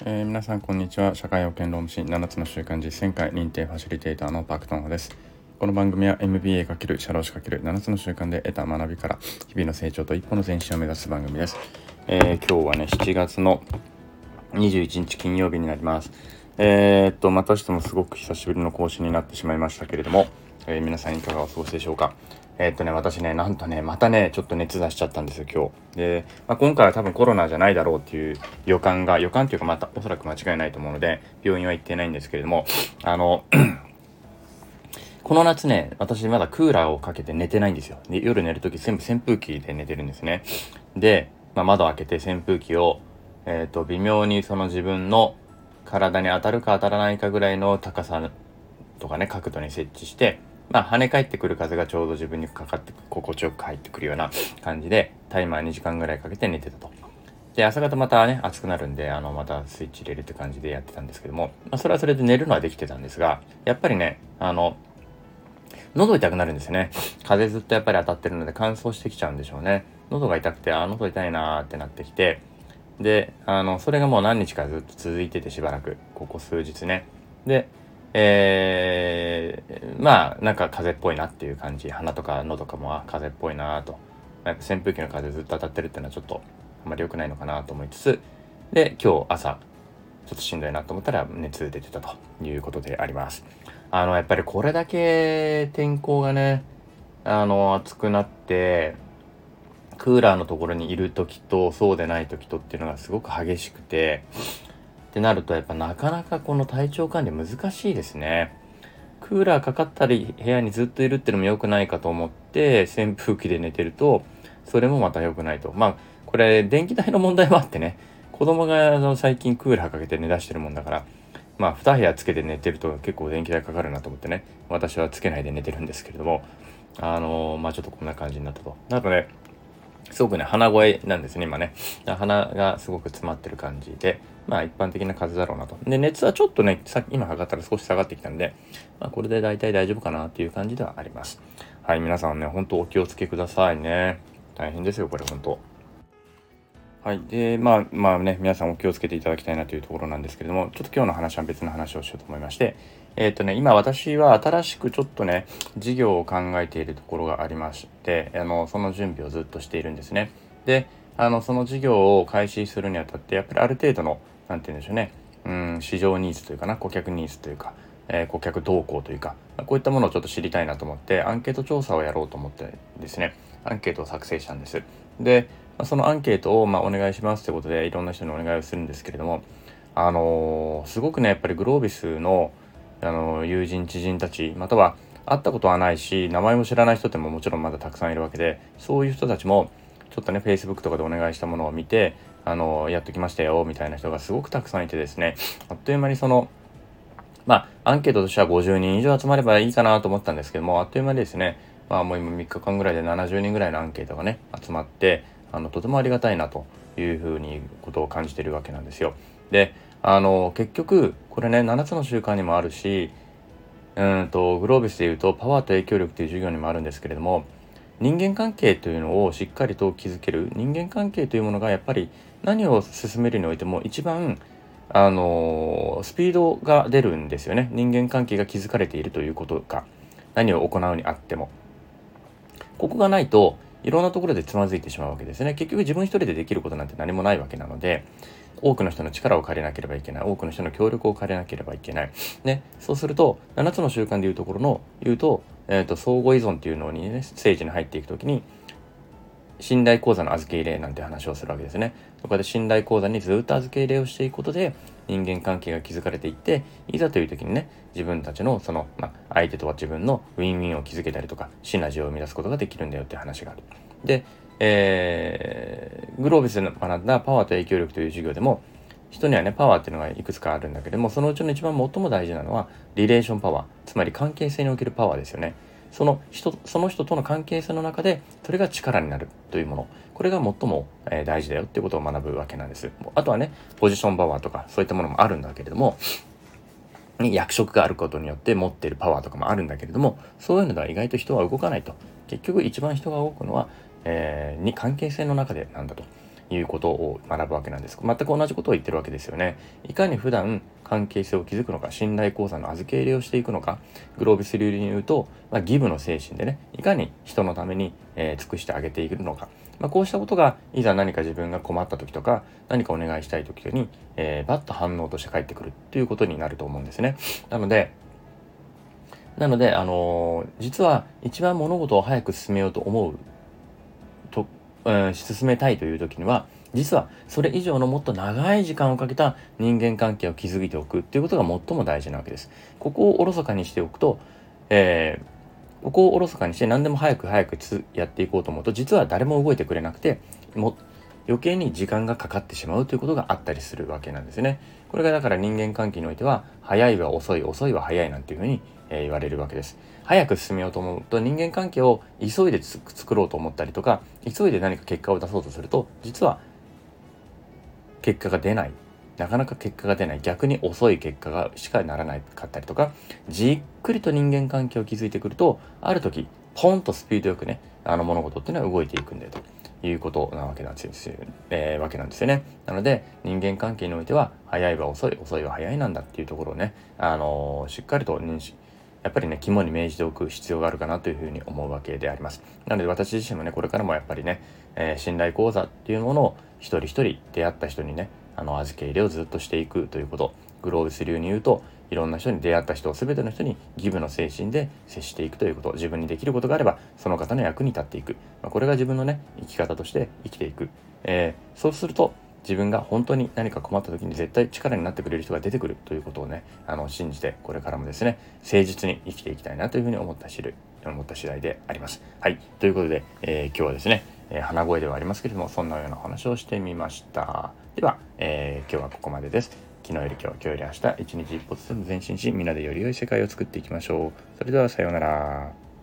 皆さんこんにちは。社会保険労務士7つの習慣実践会認定ファシリテーターのパクトンホです。この番組は MBA× 社労士 ×7 つの習慣で得た学びから日々の成長と一歩の前進を目指す番組です。今日はね7月の21日金曜日になります。またしてもすごく久しぶりの更新になってしまいましたけれども、皆さんいかがお過ごしでしょうか。私ね、なんとね、またね、ちょっと熱出しちゃったんですよ、今日。で、今回は多分コロナじゃないだろうっていう予感というか、またおそらく間違いないと思うので、病院は行ってないんですけれども、この夏ね、私まだクーラーをかけて寝てないんですよ。で、夜寝るとき全部扇風機で寝てるんですね。で、窓を開けて扇風機を、微妙にその自分の体に当たるか当たらないかぐらいの高さとかね、角度に設置して、跳ね返ってくる風がちょうど自分にかかって心地よく入ってくるような感じでタイマー2時間ぐらいかけて寝てたと。で、朝方またね、暑くなるんで、またスイッチ入れるって感じでやってたんですけども、それはそれで寝るのはできてたんですが、やっぱりね、喉痛くなるんですよね。風ずっとやっぱり当たってるので乾燥してきちゃうんでしょうね。喉が痛くて、喉痛いなーってなってきて、で、それがもう何日かずっと続いててしばらく、ここ数日ね。で、なんか風邪っぽいなっていう感じ。鼻とか喉とかも風邪っぽいなと。やっぱ扇風機の風ずっと当たってるっていうのはちょっとあんまり良くないのかなと思いつつ、で、今日朝、ちょっとしんどいなと思ったら熱出てたということであります。やっぱりこれだけ天候がね、暑くなって、クーラーのところにいる時とそうでない時とっていうのがすごく激しくて、ってなるとやっぱなかなかこの体調管理難しいですね。クーラーかかったり部屋にずっといるっていうのも良くないかと思って扇風機で寝てるとそれもまた良くないと。これ電気代の問題もあってね、子供が最近クーラーかけて寝だしてるもんだから、2部屋つけて寝てると結構電気代かかるなと思ってね、私はつけないで寝てるんですけれども、ちょっとこんな感じになったと。なのですごくね、鼻声なんですね、今ね。鼻がすごく詰まってる感じで、一般的な風邪だろうなと。で、熱はちょっとね、今測ったら少し下がってきたんで、これで大体大丈夫かなっていう感じではあります。はい、皆さんね、本当お気をつけくださいね。大変ですよ、これ本当。はい。で、皆さんお気をつけていただきたいなというところなんですけれども、ちょっと今日の話は別の話をしようと思いまして、今私は新しくちょっとね、事業を考えているところがありまして、その準備をずっとしているんですね。で、その事業を開始するにあたって、やっぱりある程度の、なんて言うんでしょうね、市場ニーズというかな、顧客ニーズというか、顧客動向というか、こういったものをちょっと知りたいなと思って、アンケート調査をやろうと思ってですね、アンケートを作成したんです。で、そのアンケートをお願いしますということでいろんな人にお願いをするんですけれども、すごくねやっぱりグロービスの、友人知人たち、または会ったことはないし名前も知らない人ってもちろんまだたくさんいるわけで、そういう人たちもちょっとね Facebook とかでお願いしたものを見てやっときましたよみたいな人がすごくたくさんいてですね、あっという間にアンケートとしては50人以上集まればいいかなと思ったんですけども、あっという間にですね、もう今3日間ぐらいで70人ぐらいのアンケートがね集まって、とてもありがたいなというふうにことを感じているわけなんですよ。で、結局これね7つの習慣にもあるし、グロービスでいうとパワーと影響力という授業にもあるんですけれども、人間関係というのをしっかりと築ける人間関係というものがやっぱり何を進めるにおいても一番スピードが出るんですよね。人間関係が築かれているということが何を行うにあっても、ここがないといろんなところでつまずいてしまうわけですね。結局自分一人でできることなんて何もないわけなので、多くの人の力を借りなければいけない、多くの人の協力を借りなければいけない。ね、そうすると7つの習慣でいうところの相互依存っていうのにね、ステージに入っていくときに信頼口座の預け入れなんて話をするわけですね。そこで信頼口座にずっと預け入れをしていくことで人間関係が築かれていって、いざという時にね、自分たちの相手とは自分のウィンウィンを築けたりとかシナジーを生み出すことができるんだよって話がある。で、グロービスで学んだパワーと影響力という授業でも、人にはねパワーっていうのがいくつかあるんだけれども、そのうちの一番最も大事なのはリレーションパワー、つまり関係性におけるパワーですよね。その人との関係性の中でそれが力になるというもの、これが最も大事だよっていうことを学ぶわけなんです。あとはねポジションパワーとかそういったものもあるんだけれども、役職があることによって持っているパワーとかもあるんだけれども、そういうのでは意外と人は動かないと。結局一番人が動くのは、関係性の中でなんだということを学ぶわけなんです。全く同じことを言ってるわけですよね。いかに普段関係性を築くのか、信頼講座の預け入れをしていくのか、グロービス流に言うと、ギブの精神でね、いかに人のために、尽くしてあげていくのか、こうしたことがいざ何か自分が困った時とか何かお願いしたい時に、バッと反応として返ってくるということになると思うんですね。なので、実は一番物事を早く進めようと思うと、進めたいという時には、実はそれ以上のもっと長い時間をかけた人間関係を築いておくっていうことが最も大事なわけです。ここをおろそかにしておくと、ここをおろそかにして何でも早くやっていこうと思うと、実は誰も動いてくれなくて、余計に時間がかかってしまうということがあったりするわけなんですね。これがだから人間関係においては、早いは遅い、遅いは早いなんていうふうに、言われるわけです。早く進めようと思うと、人間関係を急いで作ろうと思ったりとか、急いで何か結果を出そうとすると、実は結果が出ない。なかなか結果が出ない。逆に遅い結果がしかならなかったりとか、じっくりと人間関係を築いてくると、ある時、ポンとスピードよくね、物事っていうのは動いていくんだよということなわけなんですよ、ね。なので、人間関係においては、早いは遅い、遅いは早いなんだっていうところをね、しっかりとやっぱりね、肝に銘じておく必要があるかなというふうに思うわけであります。なので私自身もね、これからもやっぱりね、信頼講座っていうものを一人一人出会った人にね、預け入れをずっとしていくということ。グロービス流に言うと、いろんな人に出会った人を全ての人にギブの精神で接していくということ。自分にできることがあれば、その方の役に立っていく。これが自分のね、生き方として生きていく。そうすると、自分が本当に何か困った時に絶対力になってくれる人が出てくるということをね、信じて、これからもですね、誠実に生きていきたいなというふうに思った次第であります。はい。ということで、今日はですね、鼻声ではありますけれども、そんなようなお話をしてみました。では、今日はここまでです。昨日より今日、今日より明日、一日一歩ずつ前進し、みんなでより良い世界を作っていきましょう。それでは、さようなら。